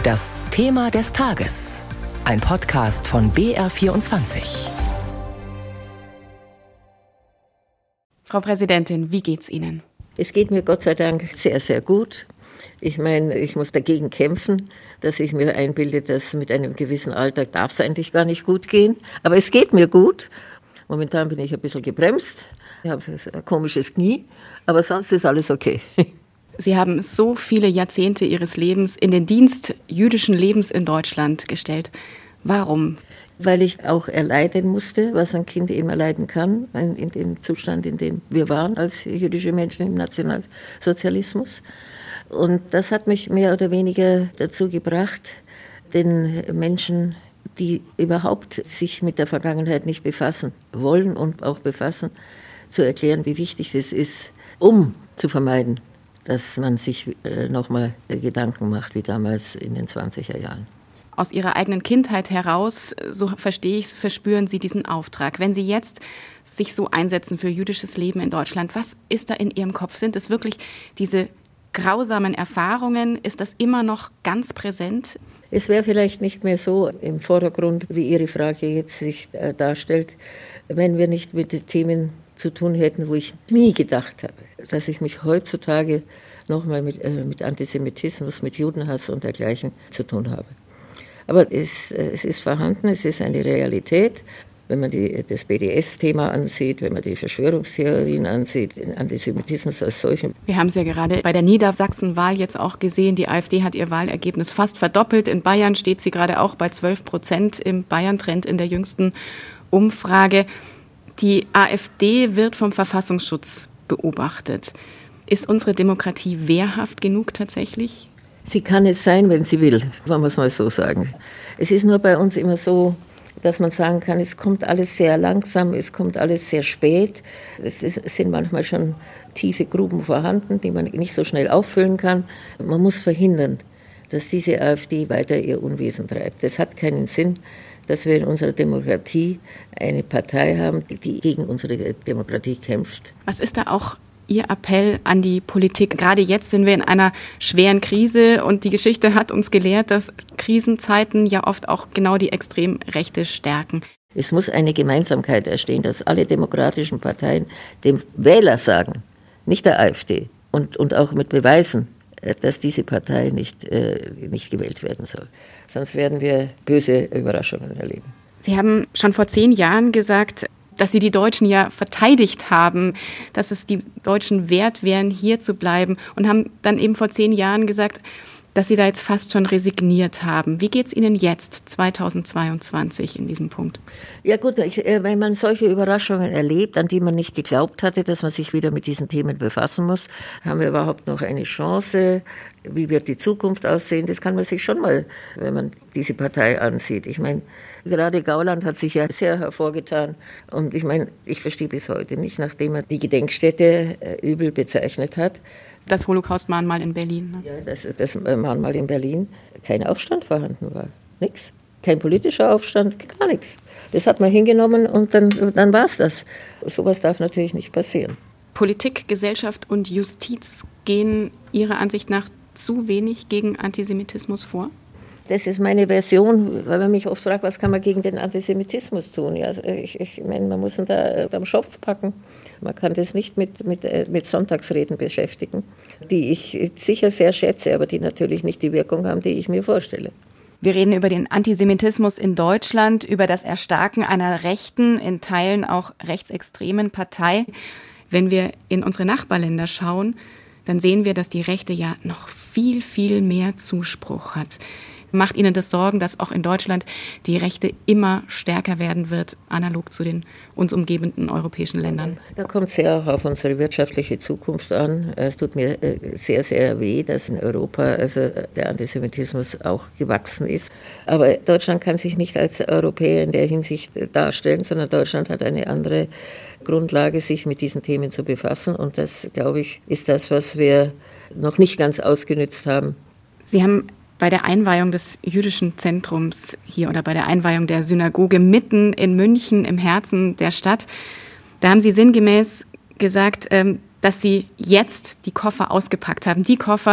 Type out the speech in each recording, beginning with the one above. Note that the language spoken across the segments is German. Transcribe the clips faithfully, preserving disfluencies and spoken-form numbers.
Das Thema des Tages. Ein Podcast von B R vierundzwanzig. Frau Präsidentin, wie geht's Ihnen? Es geht mir Gott sei Dank sehr, sehr gut. Ich meine, ich muss dagegen kämpfen, dass ich mir einbilde, dass mit einem gewissen Alter darf es eigentlich gar nicht gut gehen. Aber es geht mir gut. Momentan bin ich ein bisschen gebremst. Ich habe ein komisches Knie, aber sonst ist alles okay. Sie haben so viele Jahrzehnte Ihres Lebens in den Dienst jüdischen Lebens in Deutschland gestellt. Warum? Weil ich auch erleiden musste, was ein Kind eben erleiden kann, in dem Zustand, in dem wir waren als jüdische Menschen im Nationalsozialismus. Und das hat mich mehr oder weniger dazu gebracht, den Menschen, die überhaupt sich mit der Vergangenheit nicht befassen wollen und auch befassen, zu erklären, wie wichtig es ist, um zu vermeiden, dass man sich nochmal Gedanken macht, wie damals in den zwanziger Jahren. Aus Ihrer eigenen Kindheit heraus, so verstehe ich es, verspüren Sie diesen Auftrag. Wenn Sie jetzt sich so einsetzen für jüdisches Leben in Deutschland, was ist da in Ihrem Kopf? Sind es wirklich diese grausamen Erfahrungen? Ist das immer noch ganz präsent? Es wäre vielleicht nicht mehr so im Vordergrund, wie Ihre Frage jetzt sich äh, darstellt, wenn wir nicht mit den Themen zu tun hätten, wo ich nie gedacht habe, dass ich mich heutzutage nochmal mit, äh, mit Antisemitismus, mit Judenhass und dergleichen zu tun habe. Aber es, es ist vorhanden, es ist eine Realität. Wenn man die, das B D S-Thema ansieht, wenn man die Verschwörungstheorien ansieht, den Antisemitismus als solchen. Wir haben es ja gerade bei der Niedersachsen-Wahl jetzt auch gesehen. Die AfD hat ihr Wahlergebnis fast verdoppelt. In Bayern steht sie gerade auch bei zwölf Prozent im Bayern-Trend in der jüngsten Umfrage. Die AfD wird vom Verfassungsschutz beobachtet. Ist unsere Demokratie wehrhaft genug tatsächlich? Sie kann es sein, wenn sie will, wollen wir es mal so sagen. Es ist nur bei uns immer so, dass man sagen kann, es kommt alles sehr langsam, es kommt alles sehr spät. Es, ist, es sind manchmal schon tiefe Gruben vorhanden, die man nicht so schnell auffüllen kann. Man muss verhindern, dass diese AfD weiter ihr Unwesen treibt. Es hat keinen Sinn, dass wir in unserer Demokratie eine Partei haben, die gegen unsere Demokratie kämpft. Was ist da auch Ihr Appell an die Politik? Gerade jetzt sind wir in einer schweren Krise und die Geschichte hat uns gelehrt, dass Krisenzeiten ja oft auch genau die Extremrechte stärken. Es muss eine Gemeinsamkeit entstehen, dass alle demokratischen Parteien dem Wähler sagen, nicht der AfD, und, und auch mit Beweisen, dass diese Partei nicht, äh, nicht gewählt werden soll. Sonst werden wir böse Überraschungen erleben. Sie haben schon vor zehn Jahren gesagt, dass Sie die Deutschen ja verteidigt haben, dass es die Deutschen wert wären, hier zu bleiben, und haben dann eben vor zehn Jahren gesagt, dass Sie da jetzt fast schon resigniert haben. Wie geht es Ihnen jetzt, zweitausendzweiundzwanzig, in diesem Punkt? Ja gut, ich, wenn man solche Überraschungen erlebt, an die man nicht geglaubt hatte, dass man sich wieder mit diesen Themen befassen muss, haben wir überhaupt noch eine Chance? Wie wird die Zukunft aussehen? Das kann man sich schon mal, wenn man diese Partei ansieht. Ich meine, gerade Gauland hat sich ja sehr hervorgetan. Und ich meine, ich verstehe bis heute nicht, nachdem er die Gedenkstätte äh, übel bezeichnet hat. Das Holocaust-Mahnmal in Berlin. Ne? Ja, das, das Mahnmal in Berlin, kein Aufstand vorhanden war. Nichts. Kein politischer Aufstand, gar nichts. Das hat man hingenommen und dann, dann war es das. Sowas darf natürlich nicht passieren. Politik, Gesellschaft und Justiz gehen Ihrer Ansicht nach zu wenig gegen Antisemitismus vor? Das ist meine Version, weil man mich oft fragt, was kann man gegen den Antisemitismus tun? Ja, ich, ich meine, man muss ihn da am Schopf packen. Man kann das nicht mit, mit, mit Sonntagsreden beschäftigen, die ich sicher sehr schätze, aber die natürlich nicht die Wirkung haben, die ich mir vorstelle. Wir reden über den Antisemitismus in Deutschland, über das Erstarken einer rechten, in Teilen auch rechtsextremen Partei. Wenn wir in unsere Nachbarländer schauen, dann sehen wir, dass die Rechte ja noch viel, viel mehr Zuspruch hat. Macht Ihnen das Sorgen, dass auch in Deutschland die Rechte immer stärker werden wird, analog zu den uns umgebenden europäischen Ländern? Da kommt es sehr auch auf unsere wirtschaftliche Zukunft an. Es tut mir sehr, sehr weh, dass in Europa also der Antisemitismus auch gewachsen ist. Aber Deutschland kann sich nicht als Europäer in der Hinsicht darstellen, sondern Deutschland hat eine andere Grundlage, sich mit diesen Themen zu befassen. Und das, glaube ich, ist das, was wir noch nicht ganz ausgenützt haben. Sie haben bei der Einweihung des jüdischen Zentrums hier oder bei der Einweihung der Synagoge mitten in München, im Herzen der Stadt, da haben Sie sinngemäß gesagt, dass Sie jetzt die Koffer ausgepackt haben. Die Koffer,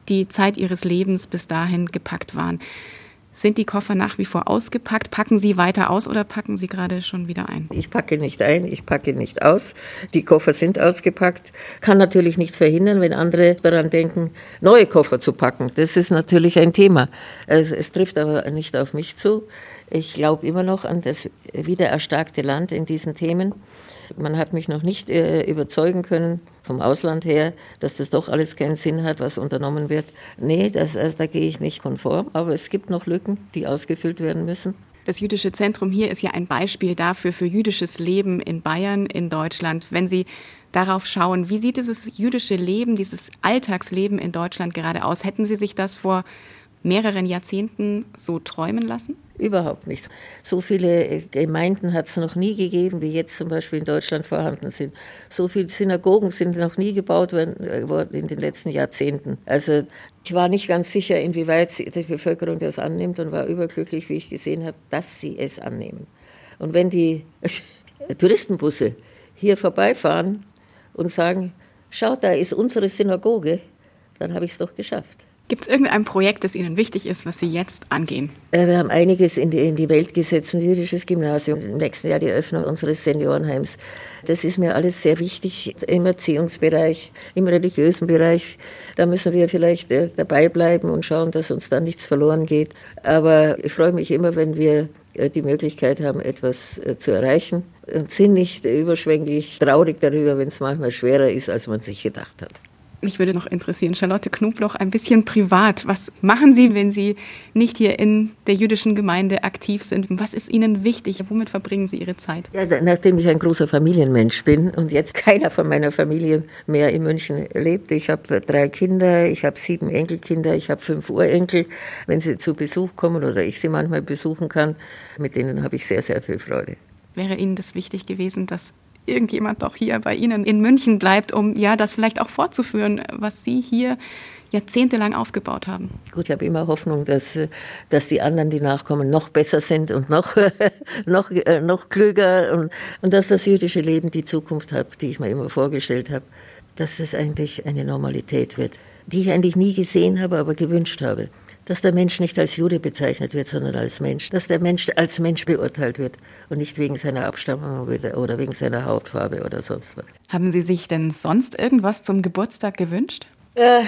die Zeit Ihres Lebens bis dahin gepackt waren. Sind die Koffer nach wie vor ausgepackt? Packen Sie weiter aus oder packen Sie gerade schon wieder ein? Ich packe nicht ein, ich packe nicht aus. Die Koffer sind ausgepackt. Kann natürlich nicht verhindern, wenn andere daran denken, neue Koffer zu packen. Das ist natürlich ein Thema. Es, es trifft aber nicht auf mich zu. Ich glaube immer noch an das wiedererstarkte Land in diesen Themen. Man hat mich noch nicht äh, überzeugen können, vom Ausland her, dass das doch alles keinen Sinn hat, was unternommen wird. Nee, das, also, da gehe ich nicht konform. Aber es gibt noch Lücken, die ausgefüllt werden müssen. Das Jüdische Zentrum hier ist ja ein Beispiel dafür, für jüdisches Leben in Bayern, in Deutschland. Wenn Sie darauf schauen, wie sieht dieses jüdische Leben, dieses Alltagsleben in Deutschland gerade aus? Hätten Sie sich das vor mehreren Jahrzehnten so träumen lassen? Überhaupt nicht. So viele Gemeinden hat es noch nie gegeben, wie jetzt zum Beispiel in Deutschland vorhanden sind. So viele Synagogen sind noch nie gebaut worden in den letzten Jahrzehnten. Also ich war nicht ganz sicher, inwieweit die Bevölkerung das annimmt und war überglücklich, wie ich gesehen habe, dass sie es annehmen. Und wenn die Touristenbusse hier vorbeifahren und sagen, schaut, da ist unsere Synagoge, dann habe ich es doch geschafft. Gibt es irgendein Projekt, das Ihnen wichtig ist, was Sie jetzt angehen? Wir haben einiges in die, in die Welt gesetzt, ein jüdisches Gymnasium, im nächsten Jahr die Eröffnung unseres Seniorenheims. Das ist mir alles sehr wichtig, im Erziehungsbereich, im religiösen Bereich. Da müssen wir vielleicht dabei bleiben und schauen, dass uns da nichts verloren geht. Aber ich freue mich immer, wenn wir die Möglichkeit haben, etwas zu erreichen und sind nicht überschwänglich traurig darüber, wenn es manchmal schwerer ist, als man sich gedacht hat. Mich würde noch interessieren, Charlotte Knobloch, ein bisschen privat. Was machen Sie, wenn Sie nicht hier in der jüdischen Gemeinde aktiv sind? Was ist Ihnen wichtig? Womit verbringen Sie Ihre Zeit? Ja, nachdem ich ein großer Familienmensch bin und jetzt keiner von meiner Familie mehr in München lebt. Ich habe drei Kinder, ich habe sieben Enkelkinder, ich habe fünf Urenkel. Wenn sie zu Besuch kommen oder ich sie manchmal besuchen kann, mit denen habe ich sehr, sehr viel Freude. Wäre Ihnen das wichtig gewesen, dass irgendjemand doch hier bei Ihnen in München bleibt, um ja das vielleicht auch fortzuführen, was Sie hier jahrzehntelang aufgebaut haben? Gut, ich habe immer Hoffnung, dass, dass die anderen, die nachkommen, noch besser sind und noch, noch, noch klüger und, und dass das jüdische Leben die Zukunft hat, die ich mir immer vorgestellt habe, dass es eigentlich eine Normalität wird, die ich eigentlich nie gesehen habe, aber gewünscht habe. Dass der Mensch nicht als Jude bezeichnet wird, sondern als Mensch. Dass der Mensch als Mensch beurteilt wird und nicht wegen seiner Abstammung oder wegen seiner Hautfarbe oder sonst was. Haben Sie sich denn sonst irgendwas zum Geburtstag gewünscht? Ja,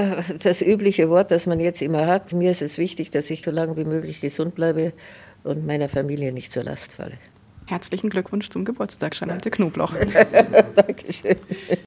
das übliche Wort, das man jetzt immer hat. Mir ist es wichtig, dass ich so lange wie möglich gesund bleibe und meiner Familie nicht zur Last falle. Herzlichen Glückwunsch zum Geburtstag, Charlotte Knobloch. Dankeschön.